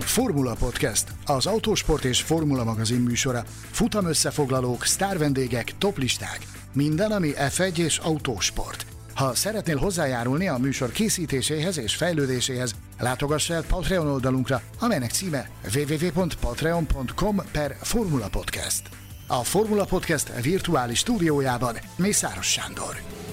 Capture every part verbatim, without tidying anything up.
Formula Podcast, az autósport és formula magazin műsora. Futam összefoglalók, sztárvendégek, toplisták. Minden, ami ef egy és autósport. Ha szeretnél hozzájárulni a műsor készítéséhez és fejlődéséhez, látogass el Patreon oldalunkra, amelynek címe double-u double-u double-u pont patreon pont com per Formula Podcast. A Formula Podcast virtuális stúdiójában Mészáros Sándor.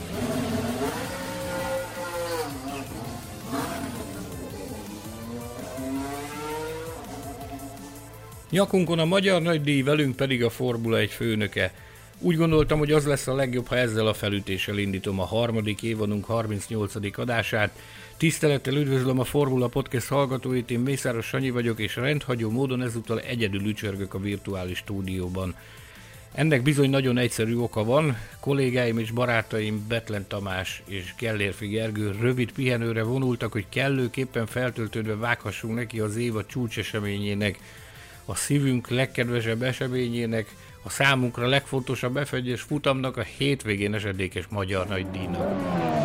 Nyakunkon a magyar nagydíj, velünk pedig a Formula egy főnöke. Úgy gondoltam, hogy az lesz a legjobb, ha ezzel a felütéssel indítom a harmadik évadunk harmincnyolcadik adását. Tisztelettel üdvözlöm a Formula Podcast hallgatóit, én Mészáros Sanyi vagyok, és rendhagyó módon ezúttal egyedül ücsörgök a virtuális stúdióban. Ennek bizony nagyon egyszerű oka van, kollégáim és barátaim Betlen Tamás és Gellérfi Gergő rövid pihenőre vonultak, hogy kellőképpen feltöltődve vághassunk neki az évad csúcseseményének, a szívünk legkedvesebb eseményének, a számunkra legfontosabb ef egyes futamnak, a hétvégén esedékes magyar nagydíjnak.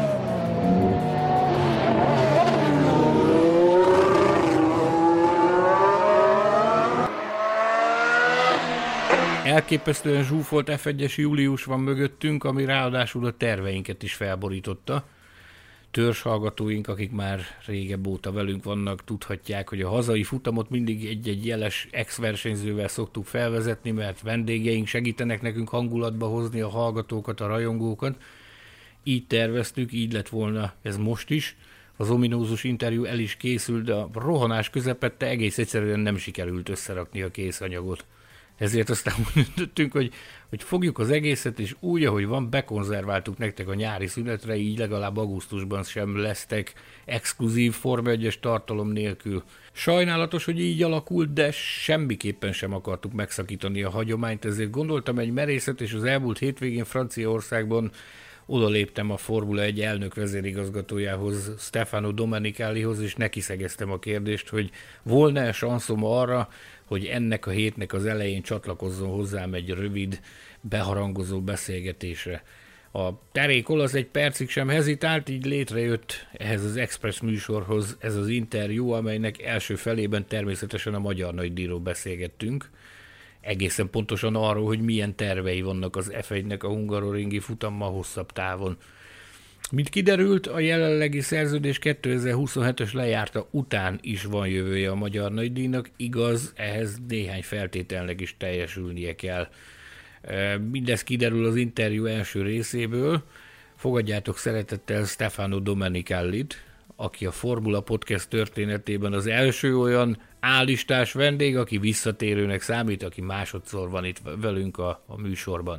Elképesztően zsúfolt ef egyes július van mögöttünk, ami ráadásul a terveinket is felborította. Törzshallgatóink, akik már régebb óta velünk vannak, tudhatják, hogy a hazai futamot mindig egy-egy jeles ex-versenyzővel szoktuk felvezetni, mert vendégeink segítenek nekünk hangulatba hozni a hallgatókat, a rajongókat. Így terveztük, így lett volna ez most is. Az ominózus interjú el is készült, de a rohanás közepette egész egyszerűen nem sikerült összerakni a készanyagot. Ezért aztán úgy döntöttünk, hogy, hogy fogjuk az egészet, és úgy, ahogy van, bekonzerváltuk nektek a nyári szünetre, így legalább augusztusban sem lesztek exkluzív Forma egyes tartalom nélkül. Sajnálatos, hogy így alakult, de semmiképpen sem akartuk megszakítani a hagyományt, ezért gondoltam egy merészet, és az elmúlt hétvégén Franciaországban odaléptem a Formula egy elnök vezérigazgatójához, Stefano Domenicalihoz, és nekiszegeztem a kérdést, hogy volna-e sanszom arra, hogy ennek a hétnek az elején csatlakozzon hozzám egy rövid, beharangozó beszélgetésre. A terék olasz egy percig sem hezitált, így létrejött ehhez az Express műsorhoz ez az interjú, amelynek első felében természetesen a magyar nagydíjról beszélgettünk. Egészen pontosan arról, hogy milyen tervei vannak az ef egynek a hungaroringi futammal hosszabb távon. Mint kiderült, a jelenlegi szerződés kétezer-huszonhetes lejárta után is van jövője a magyar nagydíjnak, igaz, ehhez néhány feltételnek is teljesülnie kell. Mindez kiderül az interjú első részéből. Fogadjátok szeretettel Stefano Domenicallit, aki a Formula Podcast történetében az első olyan A-listás vendég, aki visszatérőnek számít, aki másodszor van itt velünk a, a műsorban.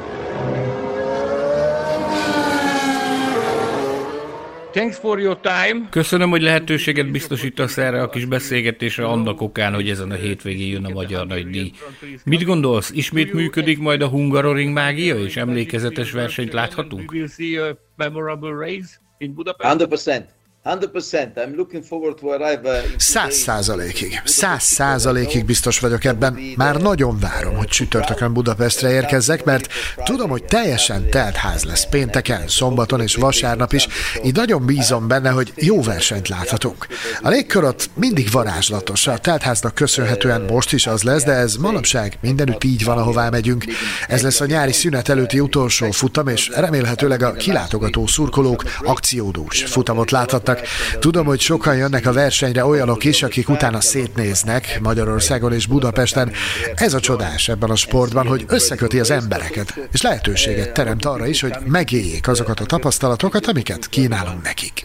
Thanks for your time. Köszönöm, hogy lehetőséget biztosítasz erre a kis beszélgetésre annak okán, hogy ezen a hétvégén jön a magyar nagydíj. Mit gondolsz, ismét működik majd a Hungaroring mágia, és emlékezetes versenyt láthatunk? one hundred percent. one hundred percent. I'm looking forward to arrive. Száz százalékig. Száz százalékig biztos vagyok ebben. Már nagyon várom, hogy csütörtökön Budapestre érkezzek, mert tudom, hogy teljesen telt ház lesz pénteken, szombaton és vasárnap is. Így nagyon bízom benne, hogy jó versenyt láthatunk. A légkör ott mindig varázslatos. A teltháznak köszönhetően most is az lesz, de ez manapság mindenütt így van, ahová megyünk. Ez lesz a nyári szünet előtti utolsó futam, és remélhetőleg a kilátogató szurkolók akciódús futamot láthatnak. Tudom, hogy sokan jönnek a versenyre, olyanok is, akik utána szétnéznek Magyarországon és Budapesten. Ez a csodás ebben a sportban, hogy összeköti az embereket, és lehetőséget teremt arra is, hogy megéljék azokat a tapasztalatokat, amiket kínálunk nekik.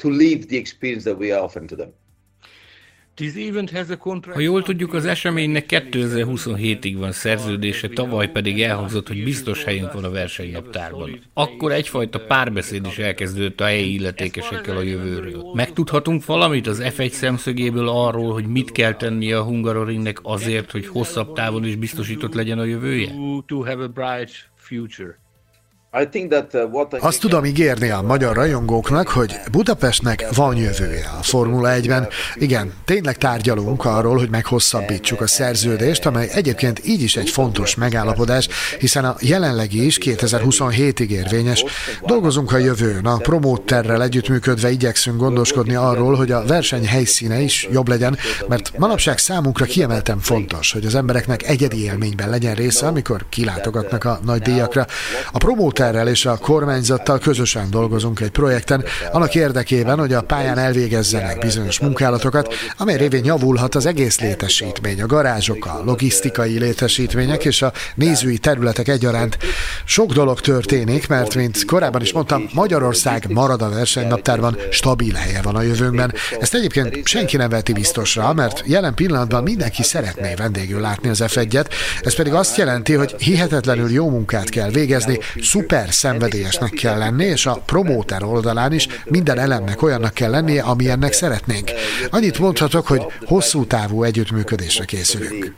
Ha jól tudjuk, az eseménynek kétezer-huszonhétig van szerződése, tavaly pedig elhangzott, hogy biztos helyünk van a versenynaptárban. Akkor egyfajta párbeszéd is elkezdődött a helyi illetékesekkel a jövőről. Megtudhatunk valamit az ef egy szemszögéből arról, hogy mit kell tennie a Hungaroringnek azért, hogy hosszabb távon is biztosított legyen a jövője? Azt tudom ígérni a magyar rajongóknak, hogy Budapestnek van jövője a Formula egyben. Igen, tényleg tárgyalunk arról, hogy meghosszabbítsuk a szerződést, amely egyébként így is egy fontos megállapodás, hiszen a jelenlegi is kétezer-huszonhétig érvényes. Dolgozunk a jövőn, a promóterrel együttműködve igyekszünk gondoskodni arról, hogy a verseny helyszíne is jobb legyen, mert manapság számunkra kiemelten fontos, hogy az embereknek egyedi élményben legyen része, amikor kilátogatnak a nagy díjakra. A promóter és a kormányzattal közösen dolgozunk egy projekten, annak érdekében, hogy a pályán elvégezzenek bizonyos munkálatokat, amely révén javulhat az egész létesítmény, a garázsok, a logisztikai létesítmények és a nézői területek egyaránt. Sok dolog történik, mert, mint korábban is mondtam, Magyarország marad a versenynaptárban, stabil helye van a jövőnkben. Ezt egyébként senki nem veti biztosra, mert jelen pillanatban mindenki szeretné vendégül látni az ef egyet, ez pedig azt jelenti, hogy hihetetlenül jó munkát kell végezni, szuper szenvedélyesnek kell lenni, és a promóter oldalán is minden elemnek olyannak kell lennie, amilyennek szeretnénk. Annyit mondhatok, hogy hosszú távú együttműködésre készülünk.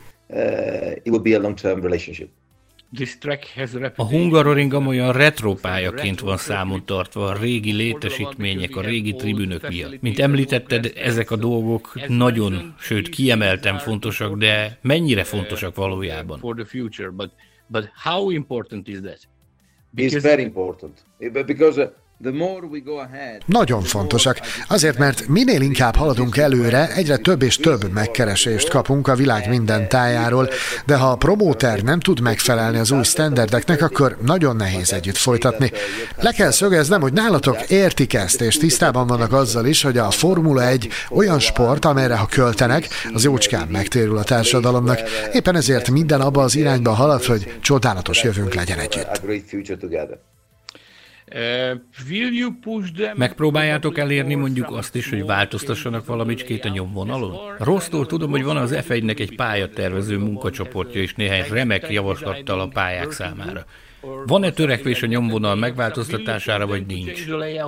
A Hungaroring amolyan retropályaként van számon tartva a régi létesítmények, a régi tribünök miatt. Mint említetted, ezek a dolgok nagyon, sőt kiemelten fontosak, de mennyire fontosak valójában? But how important is that? It's very important because the more we go ahead. Nagyon fontosak. Azért, mert minél inkább haladunk előre, egyre több és több megkeresést kapunk a világ minden tájáról, de ha a promóter nem tud megfelelni az új sztenderdeknek, akkor nagyon nehéz együtt folytatni. Le kell szögeznem, hogy nálatok értik ezt, és tisztában vannak azzal is, hogy a Formula egy olyan sport, amelyre ha költenek, az jócskán megtérül a társadalomnak. Éppen ezért minden abba az irányba halad, hogy csodálatos jövőnk legyen együtt. Megpróbáljátok elérni mondjuk azt is, hogy változtassanak valamicskét a nyomvonalon? Rossztól tudom, hogy van az ef egynek egy pályatervező munkacsoportja és néhány remek javaslattal a pályák számára. Van-e törekvés a nyomvonal megváltoztatására, vagy nincs?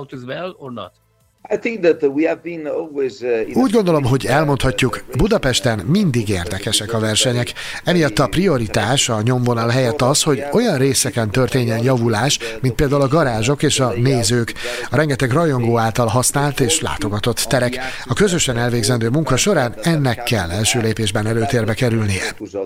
Úgy gondolom, hogy elmondhatjuk, Budapesten mindig érdekesek a versenyek. Emiatt a prioritás a nyomvonal helyett az, hogy olyan részeken történjen javulás, mint például a garázsok és a nézők, a rengeteg rajongó által használt és látogatott terek. A közösen elvégzendő munka során ennek kell első lépésben előtérbe kerülnie.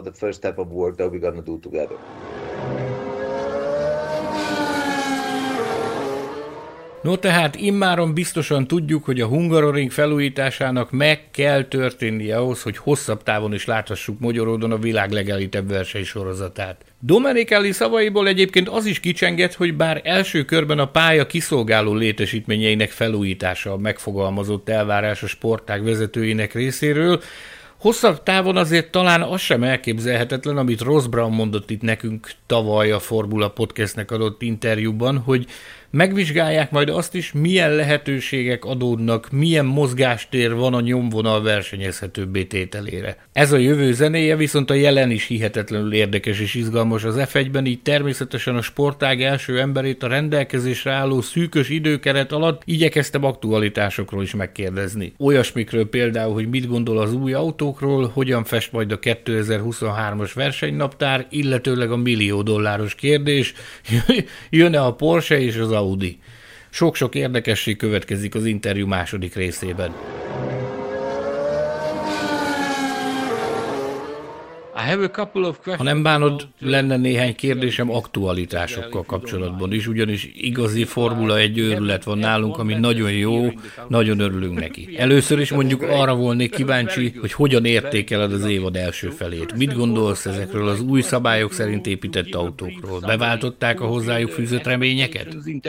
No tehát immáron biztosan tudjuk, hogy a Hungaroring felújításának meg kell történnie ahhoz, hogy hosszabb távon is láthassuk Magyaródon a világ legelitebb versenysorozatát. Domenicali szavaiból egyébként az is kicsengett, hogy bár első körben a pálya kiszolgáló létesítményeinek felújítása a megfogalmazott elvárás a sportág vezetőinek részéről, hosszabb távon azért talán az sem elképzelhetetlen, amit Ross Brown mondott itt nekünk tavaly a Formula Podcastnek adott interjúban, hogy megvizsgálják majd azt is, milyen lehetőségek adódnak, milyen mozgástér van a nyomvonal versenyezhetőbbé tételére. Ez a jövő zenéje, viszont a jelen is hihetetlenül érdekes és izgalmas az ef egyben, így természetesen a sportág első emberét a rendelkezésre álló szűkös időkeret alatt igyekeztem aktualitásokról is megkérdezni. Olyasmikről például, hogy mit gondol az új autókról, hogyan fest majd a kétezer-huszonhármas versenynaptár, illetőleg a millió dolláros kérdés, jön-e a Porsche és az Audi. Sok-sok érdekesség következik az interjú második részében. Ha nem bánod, lenne néhány kérdésem aktualitásokkal kapcsolatban is, ugyanis igazi Formula egy őrület van nálunk, ami nagyon jó, nagyon örülünk neki. Először is mondjuk arra volnék kíváncsi, hogy hogyan értékeled az évad első felét. Mit gondolsz ezekről az új szabályok szerint épített autókról? Beváltották a hozzájuk fűzött reményeket?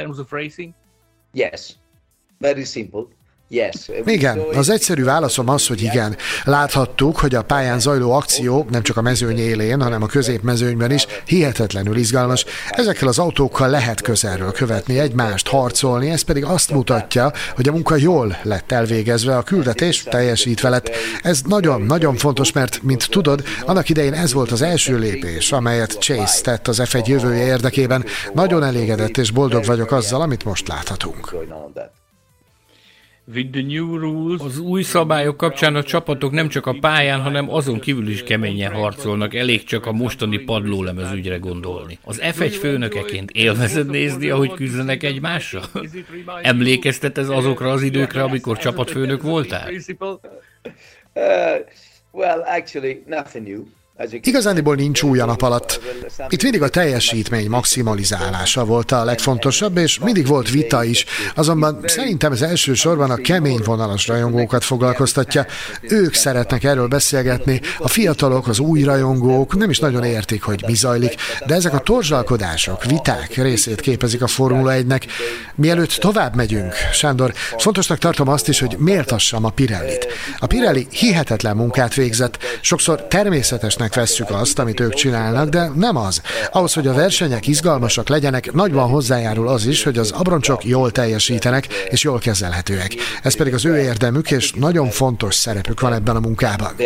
Yes, very simple. Igen, az egyszerű válaszom az, hogy igen. Láthattuk, hogy a pályán zajló akció nem csak a mezőny élén, hanem a középmezőnyben is hihetetlenül izgalmas. Ezekkel az autókkal lehet közelről követni egymást, harcolni, ez pedig azt mutatja, hogy a munka jól lett elvégezve, a küldetés teljesítve lett. Ez nagyon-nagyon fontos, mert, mint tudod, annak idején ez volt az első lépés, amelyet Chase tett az ef egy jövője érdekében. Nagyon elégedett és boldog vagyok azzal, amit most láthatunk. with the new rules. Az új szabályok kapcsán a csapatok nem csak a pályán, hanem azon kívül is keményen harcolnak, elég csak a mostani padlólemez ügyre gondolni. Az ef egy főnökeként élvezed nézni, ahogy küzdenek egymással? Emlékeztet ez azokra az időkre, amikor csapatfőnök voltál? Uh, well, actually, nothing new. Igazándiból nincs új a nap alatt. Itt mindig a teljesítmény maximalizálása volt a legfontosabb, és mindig volt vita is, azonban szerintem ez elsősorban a kemény vonalas rajongókat foglalkoztatja. Ők szeretnek erről beszélgetni, a fiatalok, az új rajongók nem is nagyon értik, hogy mi zajlik, de ezek a torzsalkodások, viták részét képezik a Formula egynek. Mielőtt tovább megyünk, Sándor, fontosnak tartom azt is, hogy méltassam a Pirellit. A Pirelli hihetetlen munkát végzett, sokszor természetesnek vesszük azt, amit ők csinálnak, de nem az. Ahhoz, hogy a versenyek izgalmasak legyenek, nagyban hozzájárul az is, hogy az abroncsok jól teljesítenek és jól kezelhetőek. Ez pedig az ő érdemük, és nagyon fontos szerepük van ebben a munkában.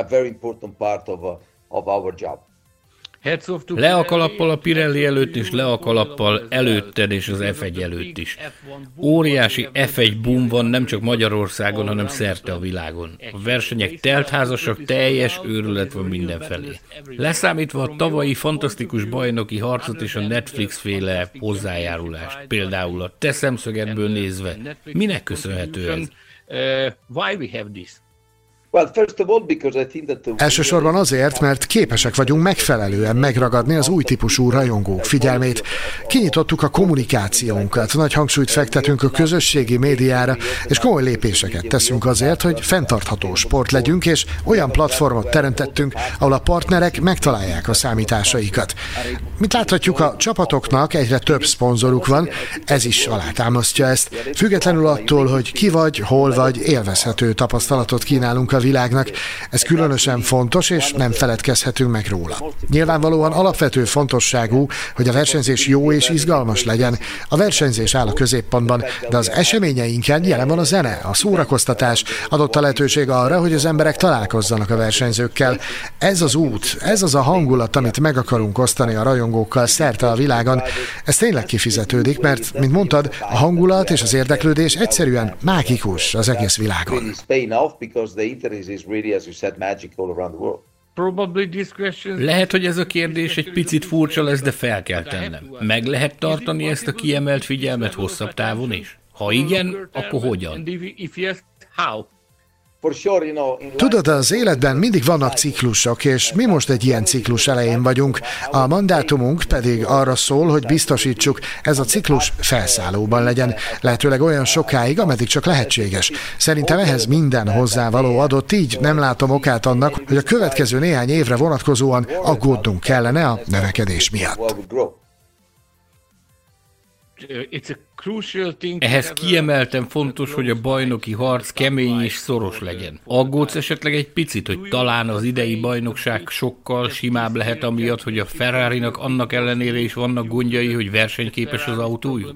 Le a kalappal a Pirelli előtt, és le a kalappal előtted és az ef egy előtt is. Óriási ef egy boom van nem csak Magyarországon, hanem szerte a világon. A versenyek teltházasak, teljes őrület van mindenfelé. Leszámítva a tavalyi fantasztikus bajnoki harcot és a Netflix-féle hozzájárulást, például a te szemszögedből nézve, minek köszönhető ez? Why we have this? Elsősorban azért, mert képesek vagyunk megfelelően megragadni az új típusú rajongók figyelmét. Kinyitottuk a kommunikációnkat, nagy hangsúlyt fektetünk a közösségi médiára, és komoly lépéseket teszünk azért, hogy fenntartható sport legyünk, és olyan platformot teremtettünk, ahol a partnerek megtalálják a számításaikat. Mint láthatjuk, a csapatoknak egyre több szponzoruk van, ez is alátámasztja ezt. Függetlenül attól, hogy ki vagy, hol vagy, élvezhető tapasztalatot kínálunk a világnak. Ez különösen fontos, és nem feledkezhetünk meg róla. Nyilvánvalóan alapvető fontosságú, hogy a versenyzés jó és izgalmas legyen. A versenyzés áll a középpontban, de az eseményeinken jelen van a zene, a szórakoztatás, adott a lehetőség arra, hogy az emberek találkozzanak a versenyzőkkel. Ez az út, ez az a hangulat, amit meg akarunk osztani a rajongókkal szerte a világon. Ez tényleg kifizetődik, mert, mint mondtad, a hangulat és az érdeklődés egyszerűen mágikus az egész világon. Lehet, hogy ez a kérdés egy picit furcsa lesz, de fel kell tennem. Meg lehet tartani ezt a kiemelt figyelmet hosszabb távon is? Ha igen, akkor hogyan? Tudod, az életben mindig vannak ciklusok, és mi most egy ilyen ciklus elején vagyunk. A mandátumunk pedig arra szól, hogy biztosítsuk, ez a ciklus felszállóban legyen, lehetőleg olyan sokáig, ameddig csak lehetséges. Szerintem ehhez minden hozzávaló adott, így nem látom okát annak, hogy a következő néhány évre vonatkozóan aggódnunk kellene a növekedés miatt. Ehhez kiemelten fontos, hogy a bajnoki harc kemény és szoros legyen. Aggódsz esetleg egy picit, hogy talán az idei bajnokság sokkal simább lehet amiatt, hogy a Ferrarinak annak ellenére is vannak gondjai, hogy versenyképes az autójuk?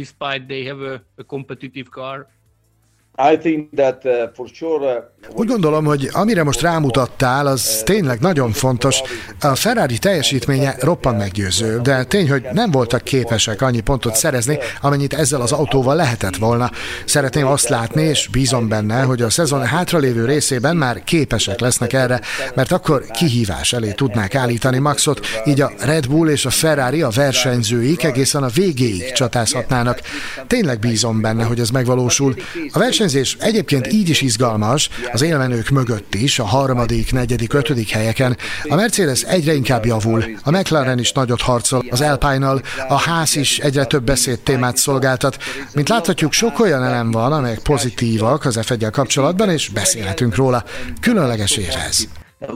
Úgy gondolom, hogy amire most rámutattál, az tényleg nagyon fontos. A Ferrari teljesítménye roppant meggyőző, de tény, hogy nem voltak képesek annyi pontot szerezni, amennyit ezzel az autóval lehetett volna. Szeretném azt látni, és bízom benne, hogy a szezon hátralévő részében már képesek lesznek erre, mert akkor kihívás elé tudnák állítani Maxot, így a Red Bull és a Ferrari, a versenyzőik egészen a végéig csatázhatnának. Tényleg bízom benne, hogy ez megvalósul. A versenyzés egyébként így is izgalmas, az élmenők mögött is, a harmadik, negyedik, ötödik helyeken. A Mercedes egyre inkább javul, a McLaren is nagyot harcol az Alpine-nal, a Haas is egyre több beszédtémát szolgáltat. Mint láthatjuk, sok olyan elem van, amelyek pozitívak az ef egyel kapcsolatban, és beszélhetünk róla. Különleges év ez.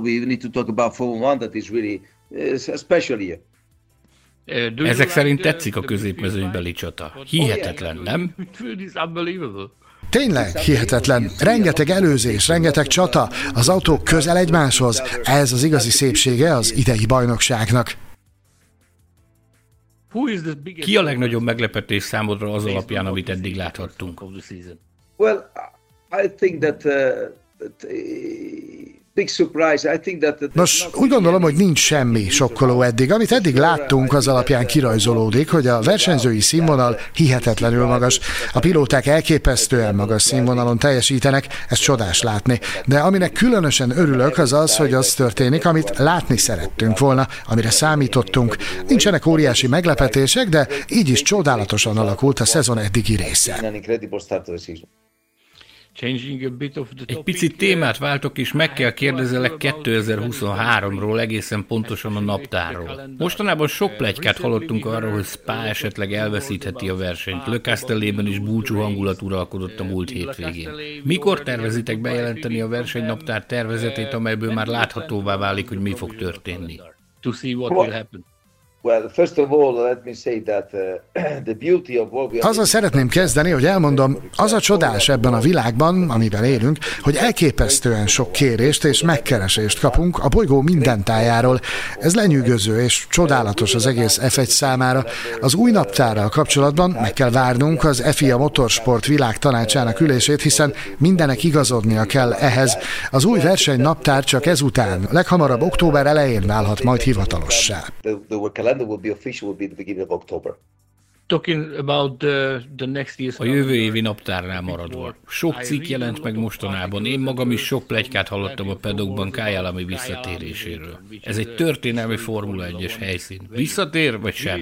Ezek szerint tetszik a középmezőnybeli csata. Hihetetlen, nem? Tényleg hihetetlen. Rengeteg előzés, rengeteg csata, az autók közel egymáshoz. Ez az igazi szépsége az idei bajnokságnak. Ki a legnagyobb meglepetés számodra az alapján, amit eddig láthattunk? Well, I think that uh, Nos, úgy gondolom, hogy nincs semmi sokkoló eddig. Amit eddig láttunk, az alapján kirajzolódik, hogy a versenyzői színvonal hihetetlenül magas. A pilóták elképesztően magas színvonalon teljesítenek, ez csodás látni. De aminek különösen örülök, az az, hogy az történik, amit látni szerettünk volna, amire számítottunk. Nincsenek óriási meglepetések, de így is csodálatosan alakult a szezon eddigi része. Egy picit témát váltok, és meg kell kérdezelek kétezer-huszonháromról, egészen pontosan a naptárról. Mostanában sok pletykát hallottunk arról, hogy Spa esetleg elveszítheti a versenyt. Le Castellében is búcsú hangulat uralkodott a múlt hétvégén. Mikor tervezitek bejelenteni a versenynaptár tervezetét, amelyből már láthatóvá válik, hogy mi fog történni? To see what will happen. Azzal szeretném kezdeni, hogy elmondom, az a csodás ebben a világban, amiben élünk, hogy elképesztően sok kérést és megkeresést kapunk a bolygó minden tájáról. Ez lenyűgöző és csodálatos az egész ef egy számára. Az új naptárral kapcsolatban meg kell várnunk az ef i á Motorsport világtanácsának ülését, hiszen mindenek igazodnia kell ehhez. Az új versenynaptár csak ezután, leghamarabb október elején válhat majd hivatalossá. A jövő évi naptárnál maradva. Sok cikk jelent meg mostanában. Én magam is sok pletykát hallottam a paddockban Kyalami visszatéréséről. Ez egy történelmi Formula egyes helyszín. Visszatér, vagy sem?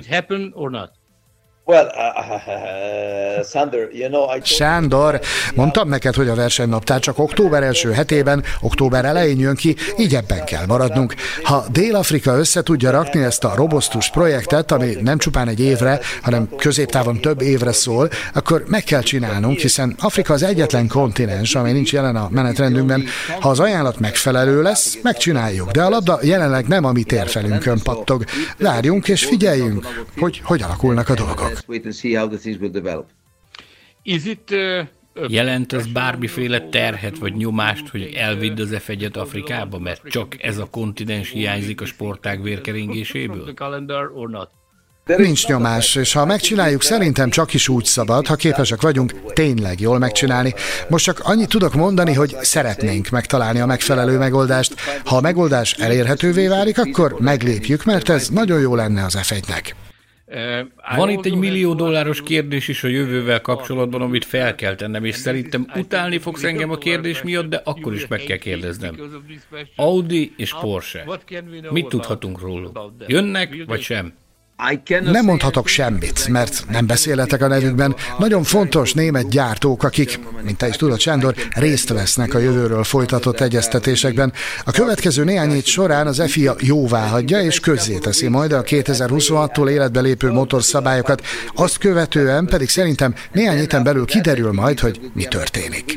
Sándor, mondtam neked, hogy a versenynaptár csak október első hetében, október elején jön ki, így ebben kell maradnunk. Ha Dél-Afrika össze tudja rakni ezt a robosztus projektet, ami nem csupán egy évre, hanem középtávon több évre szól, akkor meg kell csinálnunk, hiszen Afrika az egyetlen kontinens, ami nincs jelen a menetrendünkben. Ha az ajánlat megfelelő lesz, megcsináljuk, de a labda jelenleg nem a mi térfelünkön pattog. Várjunk és figyeljünk, hogy hogy alakulnak a dolgok. Jelent ez bármiféle terhet vagy nyomást, hogy elvidd az ef egyet Afrikába, mert csak ez a kontinens hiányzik a sportág vérkeringéséből? Nincs nyomás, és ha megcsináljuk, szerintem csak is úgy szabad, ha képesek vagyunk tényleg jól megcsinálni. Most csak annyit tudok mondani, hogy szeretnénk megtalálni a megfelelő megoldást. Ha a megoldás elérhetővé válik, akkor meglépjük, mert ez nagyon jó lenne az ef egynek. Van itt egy millió dolláros kérdés is a jövővel kapcsolatban, amit fel kell tennem, és szerintem utálni fogsz engem a kérdés miatt, de akkor is meg kell kérdeznem. Audi és Porsche. Mit tudhatunk róluk? Jönnek, vagy sem? Nem mondhatok semmit, mert nem beszélhetek a nevükben. Nagyon fontos német gyártók, akik, mint te is tudod, Sándor, részt vesznek a jövőről folytatott egyeztetésekben. A következő néhány hét során az ef i á jóváhagyja és közzéteszi majd a kétezer-huszonhattól életbe lépő motorszabályokat, azt követően pedig szerintem néhány héten belül kiderül majd, hogy mi történik.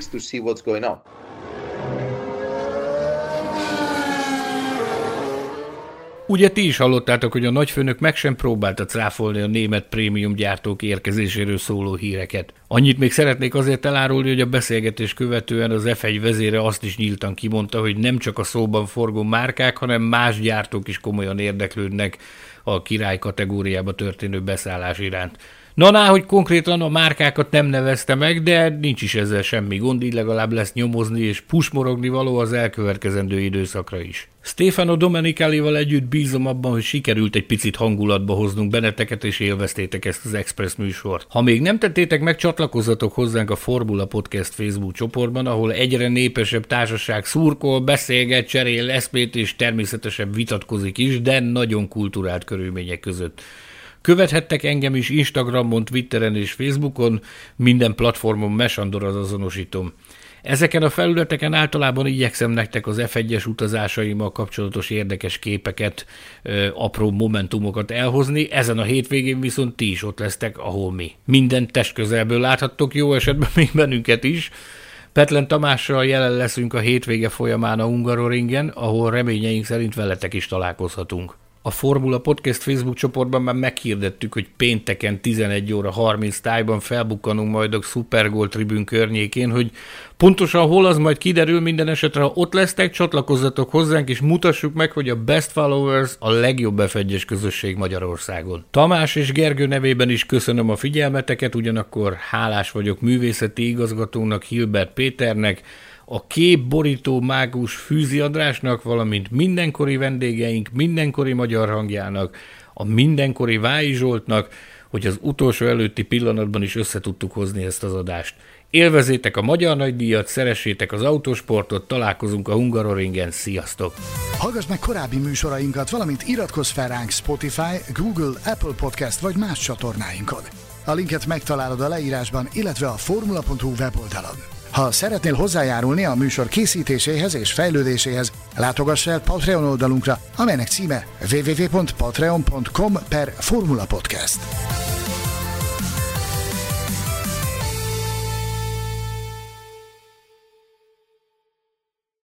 Ugye ti is hallottátok, hogy a nagyfőnök meg sem próbálta cáfolni a német prémium gyártók érkezéséről szóló híreket. Annyit még szeretnék azért elárulni, hogy a beszélgetés követően az ef egy vezére azt is nyíltan kimondta, hogy nem csak a szóban forgó márkák, hanem más gyártók is komolyan érdeklődnek a király kategóriába történő beszállás iránt. Na, ná, hogy konkrétan a márkákat nem nevezte meg, de nincs is ezzel semmi gond, így legalább lesz nyomozni és pusmorogni való az elkövetkezendő időszakra is. Stefano Domenicalival együtt bízom abban, hogy sikerült egy picit hangulatba hoznunk benneteket, és élveztétek ezt az Express műsort. Ha még nem tettétek meg, csatlakozzatok hozzánk a Formula Podcast Facebook csoportban, ahol egyre népesebb társaság szurkol, beszélget, cserél eszmét és természetesen vitatkozik is, de nagyon kulturált körülmények között. Követhettek engem is Instagramon, Twitteren és Facebookon, minden platformon Mesandor az azonosítom. Ezeken a felületeken általában igyekszem nektek az ef egyes utazásaimmal kapcsolatos érdekes képeket, ö, apró momentumokat elhozni, ezen a hétvégén viszont ti is ott lesztek, ahol mi. Minden testközelből láthattok, jó esetben még bennünket is. Petlen Tamással jelen leszünk a hétvége folyamán a Hungaroringen, ahol reményeink szerint veletek is találkozhatunk. A Formula Podcast Facebook csoportban már meghirdettük, hogy pénteken tizenegy óra harminc tájban felbukkanunk majd a Supergol tribün környékén, hogy pontosan hol az majd kiderül, minden esetre, ha ott lesztek, csatlakozzatok hozzánk, és mutassuk meg, hogy a Best Followers a legjobb ef egyes közösség Magyarországon. Tamás és Gergő nevében is köszönöm a figyelmeteket, ugyanakkor hálás vagyok művészeti igazgatónak, Hilbert Péternek, a képborító mágus Fűzi Andrásnak, valamint mindenkori vendégeink, mindenkori magyar hangjának, a mindenkori Vályi Zsoltnak, hogy az utolsó előtti pillanatban is összetudtuk hozni ezt az adást. Élvezétek a Magyar Nagydíjat, szeressétek az autósportot, találkozunk a Hungaroringen, sziasztok! Hallgass meg korábbi műsorainkat, valamint iratkozz fel ránk Spotify, Google, Apple Podcast vagy más csatornáinkon. A linket megtalálod a leírásban, illetve a formula pont hu weboldalon. Ha szeretnél hozzájárulni a műsor készítéséhez és fejlődéséhez, látogass el Patreon oldalunkra, amelynek címe double-u double-u double-u pont patreon pont com per Formula Podcast.